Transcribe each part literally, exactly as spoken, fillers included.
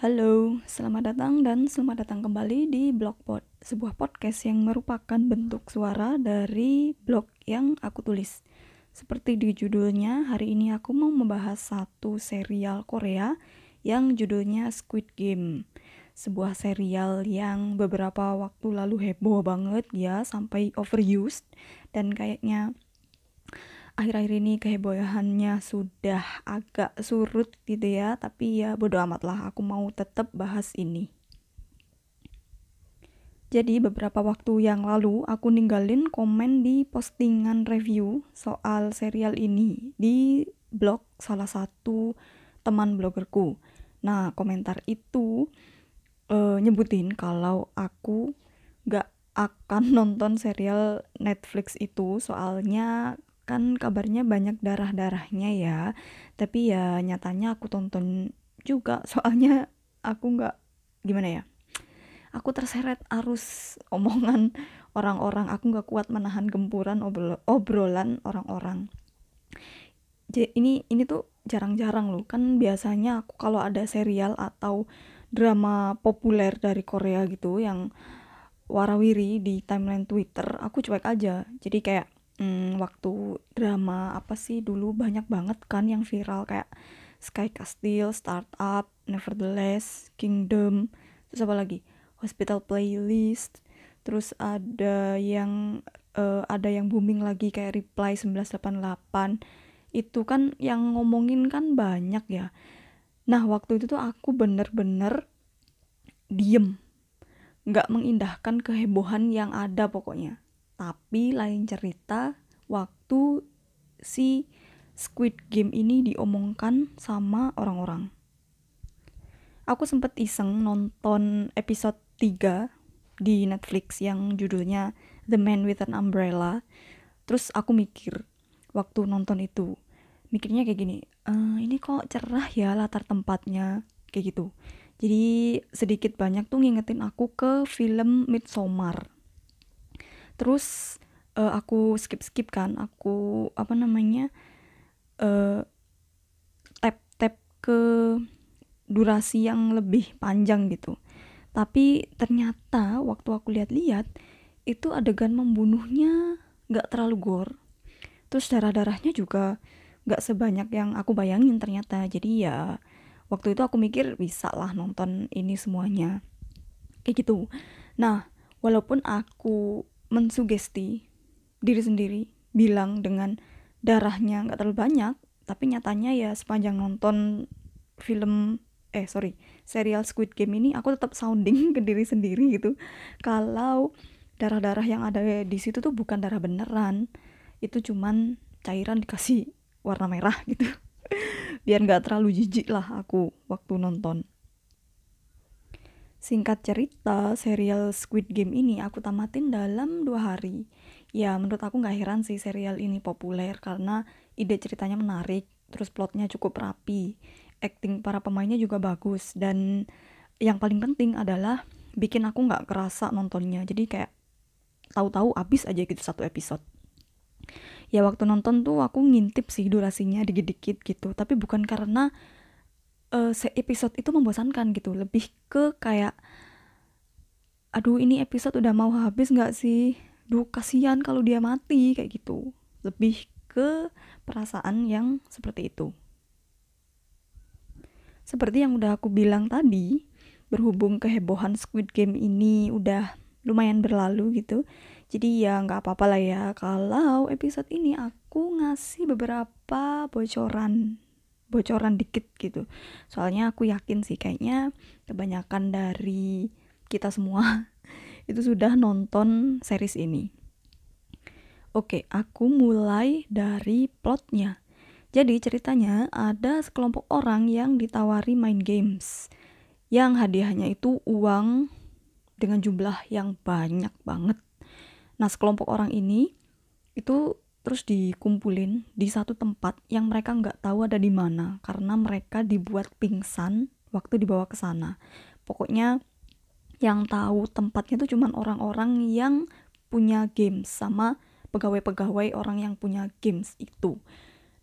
Halo, selamat datang dan selamat datang kembali di Blogpod, sebuah podcast yang merupakan bentuk suara dari blog yang aku tulis. Seperti di judulnya, hari ini aku mau membahas satu serial Korea yang judulnya Squid Game. Sebuah serial yang beberapa waktu lalu heboh banget ya, sampai overused, dan kayaknya akhir-akhir ini kehebohannya sudah agak surut gitu ya, tapi ya bodo amat lah, aku mau tetap bahas ini. Jadi beberapa waktu yang lalu aku ninggalin komen di postingan review soal serial ini di blog salah satu teman blogerku. Nah, komentar itu uh, nyebutin kalau aku gak akan nonton serial Netflix itu, soalnya kan kabarnya banyak darah-darahnya ya. Tapi ya nyatanya aku tonton juga, soalnya aku gak, gimana ya, aku terseret arus omongan orang-orang. Aku gak kuat menahan gempuran obrol- obrolan orang-orang. Jadi ini ini tuh jarang-jarang loh, kan biasanya aku kalau ada serial atau drama populer dari Korea gitu yang warawiri di timeline Twitter, aku cuek aja. Jadi kayak hmm, waktu drama apa sih dulu banyak banget kan yang viral, kayak Sky Castle, Startup, Nevertheless, Kingdom, terus apa lagi, Hospital Playlist, terus ada yang uh, ada yang booming lagi kayak Reply seribu sembilan ratus delapan puluh delapan. Itu kan yang ngomongin kan banyak ya. Nah waktu itu tuh aku bener-bener diem, gak mengindahkan kehebohan yang ada pokoknya. Tapi lain cerita waktu si Squid Game ini diomongkan sama orang-orang. Aku sempet iseng nonton episode tiga di Netflix yang judulnya The Man with an Umbrella. Terus aku mikir waktu nonton itu, mikirnya kayak gini, e, ini kok cerah ya latar tempatnya, kayak gitu. Jadi sedikit banyak tuh ngingetin aku ke film Midsommar. Terus uh, aku skip-skip kan, aku apa namanya uh, tap-tap ke durasi yang lebih panjang gitu. Tapi ternyata waktu aku lihat-lihat itu adegan membunuhnya gak terlalu gore. Terus darah-darahnya juga gak sebanyak yang aku bayangin ternyata. Jadi ya waktu itu aku mikir bisa lah nonton ini semuanya, kayak gitu. Nah, walaupun aku mensugesti diri sendiri bilang dengan darahnya gak terlalu banyak, tapi nyatanya ya sepanjang nonton film eh sorry serial Squid Game ini aku tetap sounding ke diri sendiri gitu kalau darah-darah yang ada di situ tuh bukan darah beneran, itu cuman cairan dikasih warna merah gitu biar nggak terlalu jijik lah aku waktu nonton. Singkat cerita, serial Squid Game ini aku tamatin dalam dua hari. Ya menurut aku nggak heran sih serial ini populer karena ide ceritanya menarik, terus plotnya cukup rapi, acting para pemainnya juga bagus, dan yang paling penting adalah bikin aku nggak kerasa nontonnya. Jadi kayak tahu-tahu abis aja gitu satu episode. Ya waktu nonton tuh aku ngintip sih durasinya dikit-dikit gitu, tapi bukan karena uh, episode itu membosankan gitu, lebih ke kayak aduh ini episode udah mau habis nggak sih, duh kasihan kalau dia mati, kayak gitu. Lebih ke perasaan yang seperti itu. Seperti yang udah aku bilang tadi, berhubung kehebohan Squid Game ini udah lumayan berlalu gitu, jadi ya nggak apa-apa lah ya kalau episode ini aku ngasih beberapa bocoran bocoran dikit gitu. Soalnya aku yakin sih kayaknya kebanyakan dari kita semua itu sudah nonton series ini. Oke, aku mulai dari plotnya. Jadi ceritanya ada sekelompok orang yang ditawari main games, yang hadiahnya itu uang dengan jumlah yang banyak banget. Nah, sekelompok orang ini itu terus dikumpulin di satu tempat yang mereka nggak tahu ada di mana karena mereka dibuat pingsan waktu dibawa ke sana. Pokoknya yang tahu tempatnya itu cuman orang-orang yang punya games sama pegawai-pegawai orang yang punya games itu.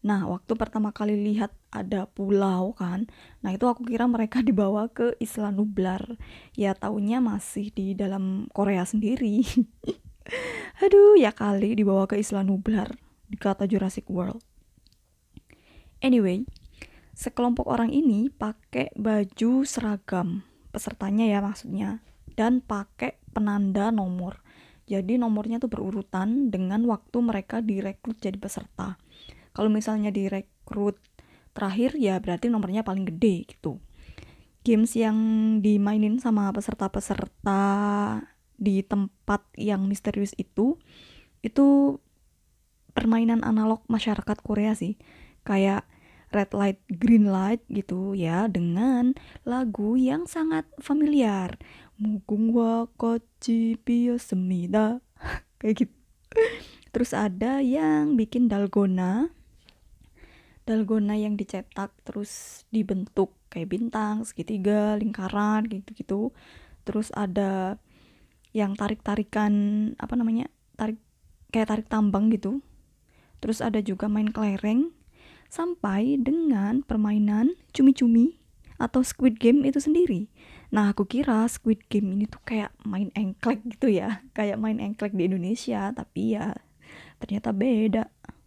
Nah, waktu pertama kali lihat ada pulau kan, nah itu aku kira mereka dibawa ke Isla Nublar. Ya taunya masih di dalam Korea sendiri. Aduh, ya kali dibawa ke Isla Nublar di kata Jurassic World. Anyway, sekelompok orang ini pakai baju seragam, pesertanya ya maksudnya, dan pakai penanda nomor. Jadi nomornya tuh berurutan dengan waktu mereka direkrut jadi peserta. Kalau misalnya direkrut terakhir ya berarti nomornya paling gede gitu. Games yang dimainin sama peserta-peserta di tempat yang misterius itu itu permainan analog masyarakat Korea sih. Kayak red light, green light gitu ya, dengan lagu yang sangat familiar. Mugung kochi piosmida. Kayak gitu. Terus ada yang bikin dalgona. Dalgona yang dicetak terus dibentuk kayak bintang, segitiga, lingkaran gitu-gitu. Terus ada yang tarik-tarikan apa namanya? Tarik kayak tarik tambang gitu. Terus ada juga main kelereng sampai dengan permainan cumi-cumi atau Squid Game itu sendiri. Nah, aku kira Squid Game ini tuh kayak main engklek gitu ya, kayak main engklek di Indonesia, tapi ya ternyata beda.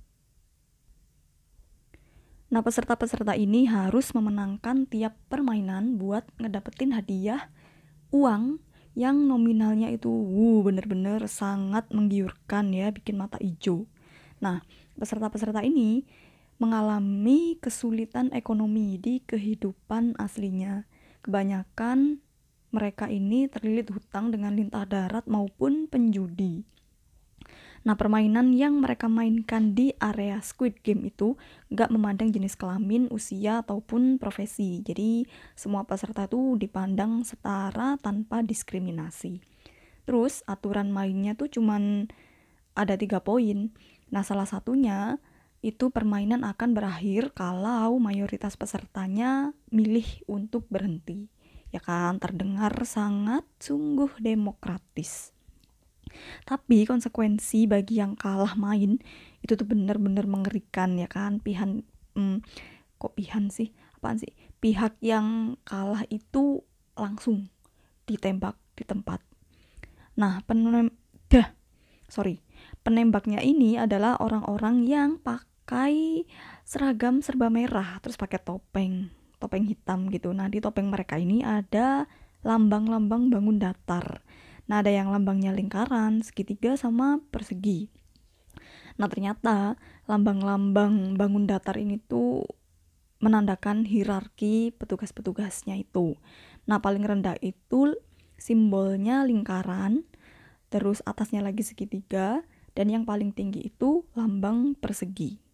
Nah, peserta-peserta ini harus memenangkan tiap permainan buat ngedapetin hadiah uang yang nominalnya itu wuh, bener-bener sangat menggiurkan ya, bikin mata hijau. Nah, peserta-peserta ini mengalami kesulitan ekonomi di kehidupan aslinya. Kebanyakan mereka ini terlilit hutang dengan lintah darat maupun penjudi. Nah, permainan yang mereka mainkan di area Squid Game itu gak memandang jenis kelamin, usia, ataupun profesi. Jadi, semua peserta itu dipandang setara tanpa diskriminasi. Terus, aturan mainnya tuh cuman ada tiga poin. Nah, salah satunya itu permainan akan berakhir kalau mayoritas pesertanya milih untuk berhenti. Ya kan, terdengar sangat sungguh demokratis. Tapi konsekuensi bagi yang kalah main itu tuh bener-bener mengerikan ya kan. Pihan hmm, kok pihan sih? Apaan sih? Pihak yang kalah itu langsung ditembak di tempat. Nah, penem dah, sorry. Penembaknya ini adalah orang-orang yang pakai seragam serba merah, terus pakai topeng, topeng hitam gitu. Nah, di topeng mereka ini ada lambang-lambang bangun datar. Nah, ada yang lambangnya lingkaran, segitiga, sama persegi. Nah, ternyata lambang-lambang bangun datar ini tuh menandakan hierarki petugas-petugasnya itu. Nah, paling rendah itu simbolnya lingkaran, terus atasnya lagi segitiga, dan yang paling tinggi itu lambang persegi.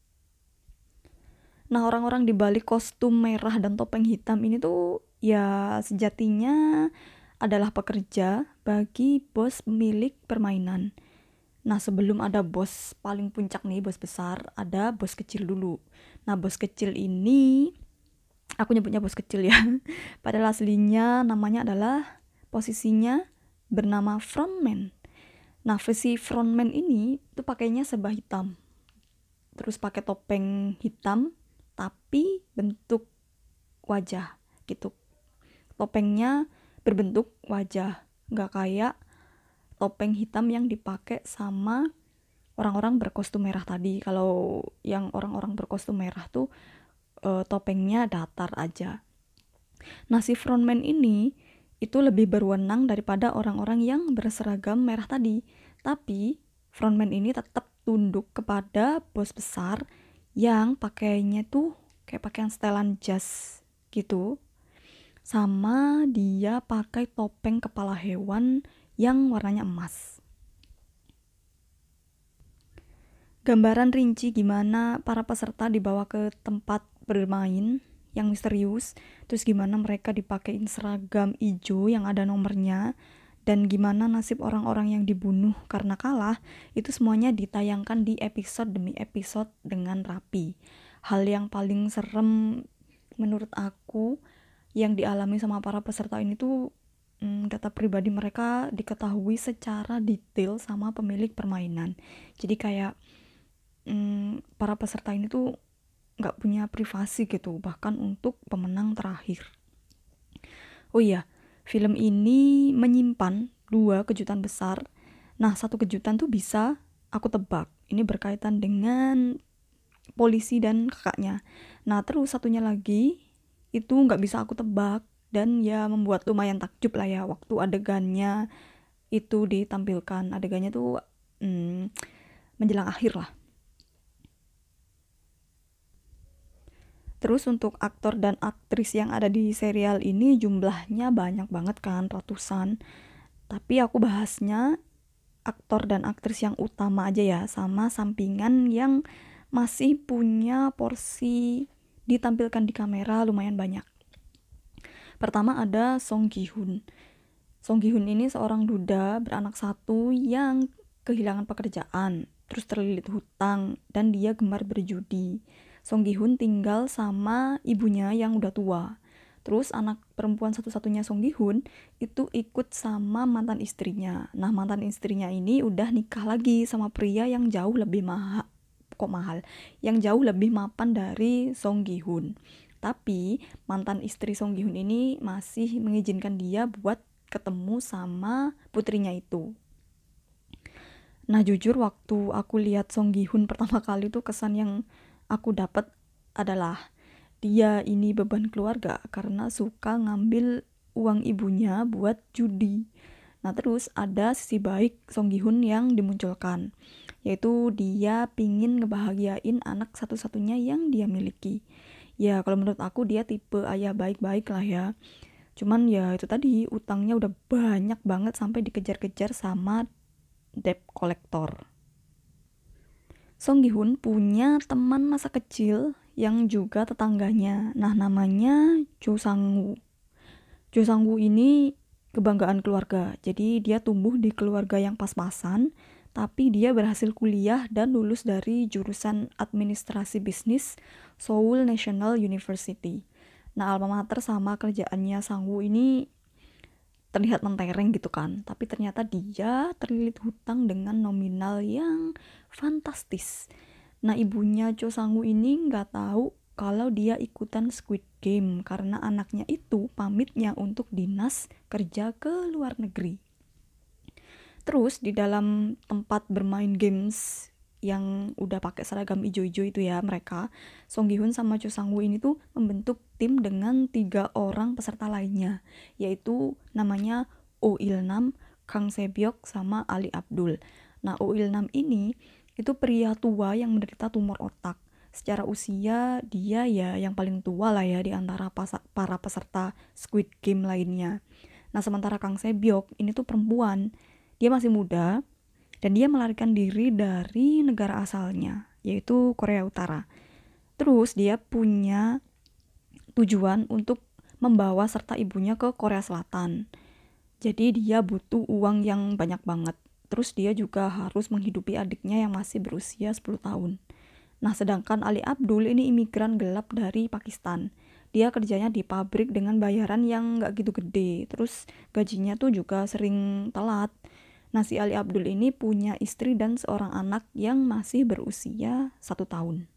Nah, orang-orang di balik kostum merah dan topeng hitam ini tuh ya sejatinya adalah pekerja bagi bos pemilik permainan. Nah, sebelum ada bos paling puncak nih, bos besar, ada bos kecil dulu. Nah, bos kecil ini, aku nyebutnya bos kecil ya, padahal aslinya namanya adalah, posisinya bernama frontman. Nah, versi frontman ini tuh pakainya serba hitam. Terus pakai topeng hitam, tapi bentuk wajah gitu. Topengnya berbentuk wajah, nggak kayak topeng hitam yang dipakai sama orang-orang berkostum merah tadi. Kalau yang orang-orang berkostum merah tuh e, topengnya datar aja. Nah, si frontman ini itu lebih berwenang daripada orang-orang yang berseragam merah tadi. Tapi frontman ini tetap tunduk kepada bos besar yang pakainya tuh kayak pakaian setelan jas gitu. Sama dia pakai topeng kepala hewan yang warnanya emas. Gambaran rinci gimana para peserta dibawa ke tempat bermain yang misterius, terus gimana mereka dipakein seragam hijau yang ada nomornya, dan gimana nasib orang-orang yang dibunuh karena kalah, itu semuanya ditayangkan di episode demi episode dengan rapi. Hal yang paling serem menurut aku yang dialami sama para peserta ini tuh hmm, data pribadi mereka diketahui secara detail sama pemilik permainan. Jadi kayak hmm, para peserta ini tuh nggak punya privasi gitu, bahkan untuk pemenang terakhir. Oh iya, film ini menyimpan dua kejutan besar. Nah, satu kejutan tuh bisa aku tebak. Ini berkaitan dengan polisi dan kakaknya. Nah, terus satunya lagi itu nggak bisa aku tebak dan ya membuat lumayan takjub lah ya waktu adegannya itu ditampilkan. Adegannya tuh hmm, menjelang akhir lah. Terus untuk aktor dan aktris yang ada di serial ini jumlahnya banyak banget kan, ratusan. Tapi aku bahasnya aktor dan aktris yang utama aja ya, sama sampingan yang masih punya porsi ditampilkan di kamera lumayan banyak. Pertama ada Song Gi-hun. Song Gi-hun ini seorang duda beranak satu yang kehilangan pekerjaan, terus terlilit hutang, dan dia gemar berjudi. Song Gi-hun tinggal sama ibunya yang udah tua. Terus anak perempuan satu-satunya Song Gi-hun itu ikut sama mantan istrinya. Nah, mantan istrinya ini udah nikah lagi sama pria yang jauh lebih mahal, kok mahal, yang jauh lebih mapan dari Song Gi-hun. Tapi mantan istri Song Gi-hun ini masih mengizinkan dia buat ketemu sama putrinya itu. Nah, jujur waktu aku lihat Song Gi-hun pertama kali tuh kesan yang aku dapat adalah dia ini beban keluarga karena suka ngambil uang ibunya buat judi. Nah, terus ada sisi baik Song Gi-hun yang dimunculkan, yaitu dia pingin ngebahagiain anak satu-satunya yang dia miliki. Ya, kalau menurut aku dia tipe ayah baik-baik lah ya. Cuman ya itu tadi, utangnya udah banyak banget sampai dikejar-kejar sama debt collector. Song Gi-hun punya teman masa kecil yang juga tetangganya. Nah, namanya Jo Sang-woo. Jo Sang-woo ini kebanggaan keluarga. Jadi dia tumbuh di keluarga yang pas-pasan, tapi dia berhasil kuliah dan lulus dari jurusan administrasi bisnis Seoul National University. Nah, alma mater sama kerjaannya Sang-woo ini terlihat mentereng gitu kan, tapi ternyata dia terlilit hutang dengan nominal yang fantastis. Nah, ibunya Cho Sang-woo ini nggak tahu kalau dia ikutan Squid Game karena anaknya itu pamitnya untuk dinas kerja ke luar negeri. Terus di dalam tempat bermain games yang udah pakai seragam ijo-ijo itu ya mereka, Song Gi-hun sama Cho Sang-woo ini tuh membentuk tim dengan tiga orang peserta lainnya, yaitu namanya Oh Il-nam, Kang Se-byuk, sama Ali Abdul. Nah, Oh Il-nam ini itu pria tua yang menderita tumor otak. Secara usia dia ya yang paling tua lah ya di antara pas- para peserta Squid Game lainnya. Nah, sementara Kang Se-byuk ini tuh perempuan, dia masih muda dan dia melarikan diri dari negara asalnya, yaitu Korea Utara. Terus dia punya tujuan untuk membawa serta ibunya ke Korea Selatan. Jadi dia butuh uang yang banyak banget. Terus dia juga harus menghidupi adiknya yang masih berusia sepuluh tahun. Nah, sedangkan Ali Abdul ini imigran gelap dari Pakistan. Dia kerjanya di pabrik dengan bayaran yang gak gitu gede. Terus gajinya tuh juga sering telat. Nah, si Ali Abdul ini punya istri dan seorang anak yang masih berusia satu tahun.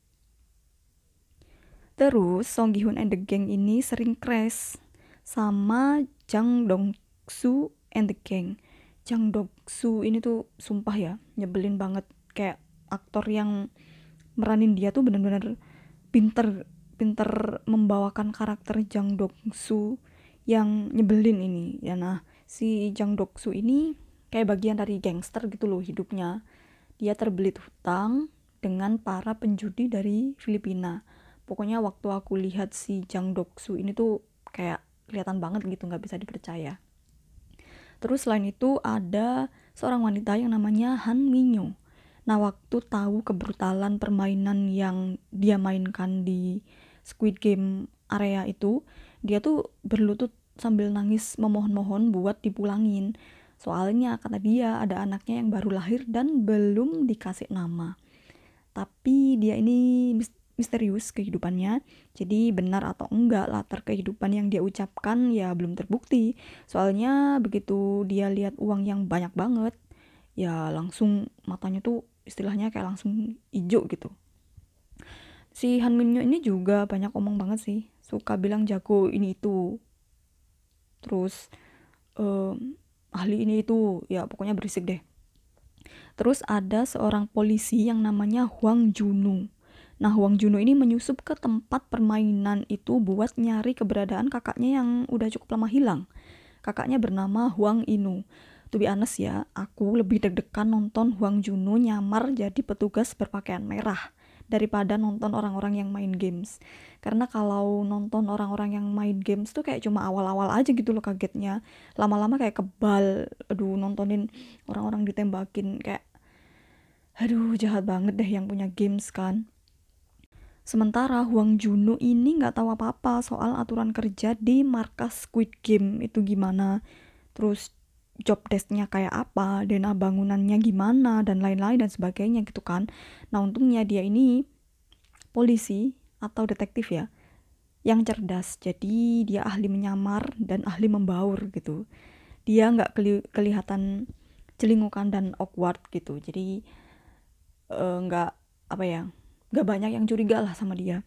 Terus Song Gi-hun and the Gang ini sering crash sama Jang Dong-soo and the Gang. Jang Dong-soo ini tuh sumpah ya, nyebelin banget. Kayak aktor yang meranin dia tuh bener-bener pinter pinter membawakan karakter Jang Dong-soo yang nyebelin ini. Ya, nah, si Jang Dong-soo ini kayak bagian dari gangster gitu loh hidupnya. Dia terbelit hutang dengan para penjudi dari Filipina. Pokoknya waktu aku lihat si Jang Dong-soo ini tuh kayak kelihatan banget gitu, nggak bisa dipercaya. Terus selain itu ada seorang wanita yang namanya Han Minyo. Nah, waktu tahu kebrutalan permainan yang dia mainkan di Squid Game area itu, dia tuh berlutut sambil nangis memohon-mohon buat dipulangin. Soalnya kata dia ada anaknya yang baru lahir dan belum dikasih nama. Tapi dia ini misterius kehidupannya. Jadi benar atau enggak latar kehidupan yang dia ucapkan ya belum terbukti. Soalnya begitu dia lihat uang yang banyak banget, ya langsung matanya tuh istilahnya kayak langsung hijau gitu. Si Han Minyo ini juga banyak omong banget sih, suka bilang jago ini itu, terus em, ahli ini itu, ya pokoknya berisik deh. Terus ada seorang polisi yang namanya Hwang Juno. Nah, Hwang Juno ini menyusup ke tempat permainan itu buat nyari keberadaan kakaknya yang udah cukup lama hilang. Kakaknya bernama Hwang Inu. To be honest ya, aku lebih deg-degan nonton Hwang Juno nyamar jadi petugas berpakaian merah daripada nonton orang-orang yang main games. Karena kalau nonton orang-orang yang main games tuh kayak cuma awal-awal aja gitu loh kagetnya. Lama-lama kayak kebal. Aduh, nontonin orang-orang ditembakin kayak aduh jahat banget deh yang punya games kan. Sementara Hwang Juno ini nggak tahu apa-apa soal aturan kerja di markas Squid Game itu gimana. Terus job desk-nya kayak apa, dana bangunannya gimana, dan lain-lain dan sebagainya gitu kan. Nah untungnya dia ini polisi atau detektif ya, yang cerdas. Jadi dia ahli menyamar dan ahli membaur gitu. Dia nggak keli- kelihatan celingukan dan awkward gitu. Jadi eh, nggak apa ya, nggak banyak yang curiga lah sama dia.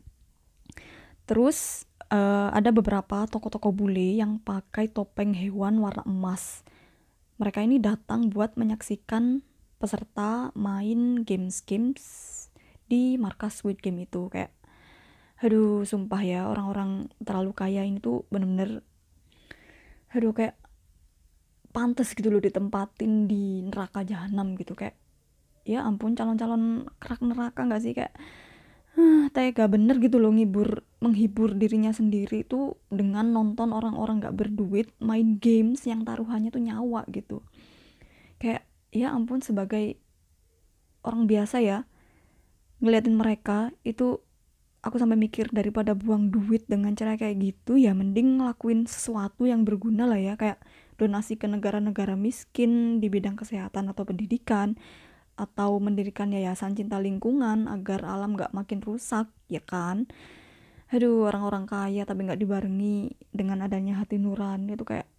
Terus eh, ada beberapa tokoh-tokoh bule yang pakai topeng hewan warna emas. Mereka ini datang buat menyaksikan peserta main games-games di markas Squid Game itu. Kayak aduh sumpah ya, orang-orang terlalu kaya ini tuh bener-bener aduh kayak pantas gitu loh ditempatin di neraka jahanam gitu. Kayak ya ampun, calon-calon kerak neraka gak sih, kayak huh, tega bener gitu loh ngibur menghibur dirinya sendiri tuh dengan nonton orang-orang gak berduit main games yang taruhannya tuh nyawa gitu. Kayak ya ampun, sebagai orang biasa ya ngeliatin mereka itu, aku sampai mikir daripada buang duit dengan cara kayak gitu ya mending ngelakuin sesuatu yang berguna lah ya, kayak donasi ke negara-negara miskin di bidang kesehatan atau pendidikan, atau mendirikan yayasan cinta lingkungan agar alam gak makin rusak ya kan. Aduh, orang-orang kaya tapi gak dibarengi dengan adanya hati nurani itu kayak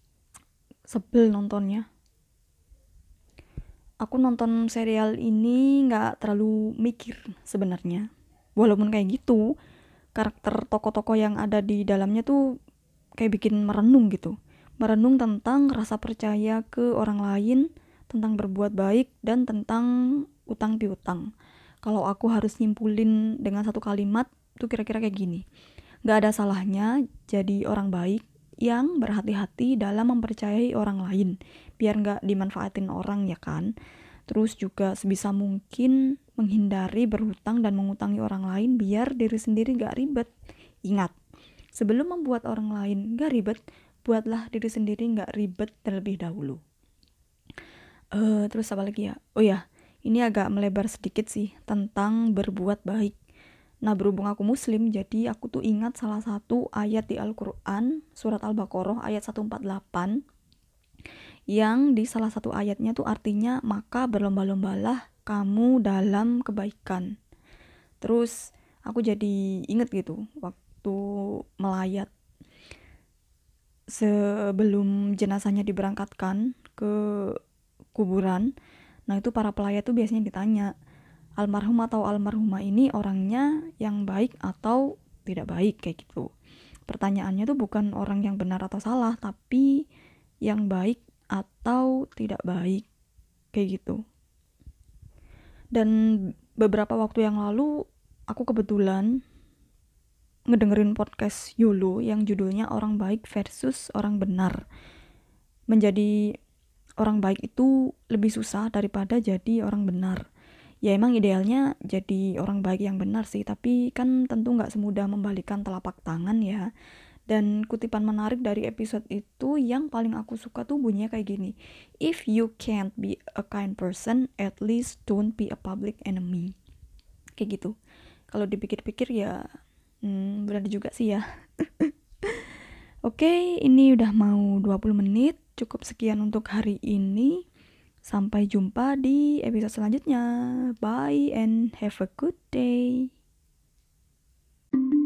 sebel nontonnya. Aku nonton serial ini gak terlalu mikir sebenarnya, walaupun kayak gitu karakter tokoh-tokoh yang ada di dalamnya tuh kayak bikin merenung gitu, merenung tentang rasa percaya ke orang lain, tentang berbuat baik, dan tentang utang piutang. Kalau aku harus nyimpulin dengan satu kalimat tuh kira-kira kayak gini: gak ada salahnya jadi orang baik yang berhati-hati dalam mempercayai orang lain biar gak dimanfaatin orang ya kan. Terus juga sebisa mungkin menghindari berhutang dan mengutangi orang lain biar diri sendiri gak ribet. Ingat, sebelum membuat orang lain gak ribet, buatlah diri sendiri gak ribet terlebih dahulu. Uh, terus apa lagi ya? Oh ya, ini agak melebar sedikit sih tentang berbuat baik. Nah, berhubung aku muslim, jadi aku tuh ingat salah satu ayat di Al-Quran, surat Al-Baqarah ayat seratus empat puluh delapan, yang di salah satu ayatnya tuh artinya, maka berlomba-lombalah kamu dalam kebaikan. Terus aku jadi inget gitu waktu melayat sebelum jenazahnya diberangkatkan ke kuburan. Nah itu para pelayat tuh biasanya ditanya, almarhum atau almarhumah ini orangnya yang baik atau tidak baik, kayak gitu. Pertanyaannya tuh bukan orang yang benar atau salah, tapi yang baik atau tidak baik, kayak gitu. Dan beberapa waktu yang lalu aku kebetulan ngedengerin podcast YOLO yang judulnya Orang Baik versus Orang Benar. Menjadi orang baik itu lebih susah daripada jadi orang benar. Ya emang idealnya jadi orang baik yang benar sih, tapi kan tentu gak semudah membalikkan telapak tangan ya. Dan kutipan menarik dari episode itu yang paling aku suka tuh bunyinya kayak gini: if you can't be a kind person, at least don't be a public enemy. Kayak gitu. Kalau dipikir-pikir ya hmm, benar juga sih ya. Oke, ini udah mau dua puluh menit. Cukup sekian untuk hari ini. Sampai jumpa di episode selanjutnya. Bye and have a good day.